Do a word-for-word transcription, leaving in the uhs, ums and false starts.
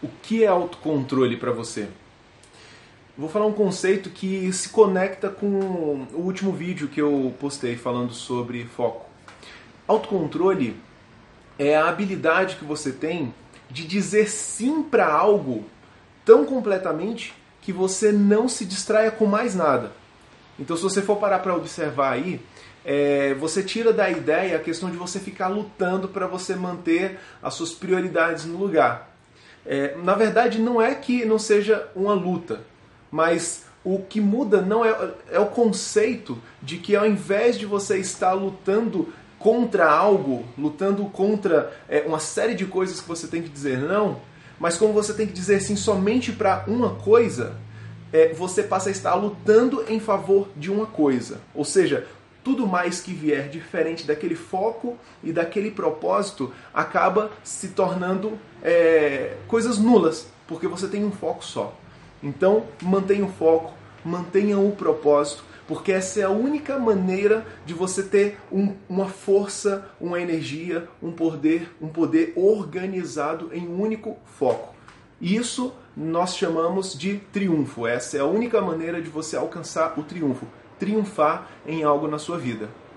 O que é autocontrole para você? Vou falar um conceito que se conecta com o último vídeo que eu postei falando sobre foco. Autocontrole é a habilidade que você tem de dizer sim para algo tão completamente que você não se distraia com mais nada. Então, se você for parar para observar aí, é, você tira da ideia a questão de você ficar lutando para você manter as suas prioridades no lugar. É, na verdade, não é que não seja uma luta, mas o que muda não é, é o conceito de que ao invés de você estar lutando contra algo, lutando contra é, uma série de coisas que você tem que dizer não, mas como você tem que dizer sim somente para uma coisa, é, você passa a estar lutando em favor de uma coisa. Ou seja, tudo mais que vier diferente daquele foco e daquele propósito acaba se tornando é, coisas nulas, porque você tem um foco só. Então, mantenha o foco, mantenha o propósito, porque essa é a única maneira de você ter um, uma força, uma energia, um poder, um poder organizado em um único foco. Isso nós chamamos de triunfo. Essa é a única maneira de você alcançar o triunfo. Triunfar em algo na sua vida.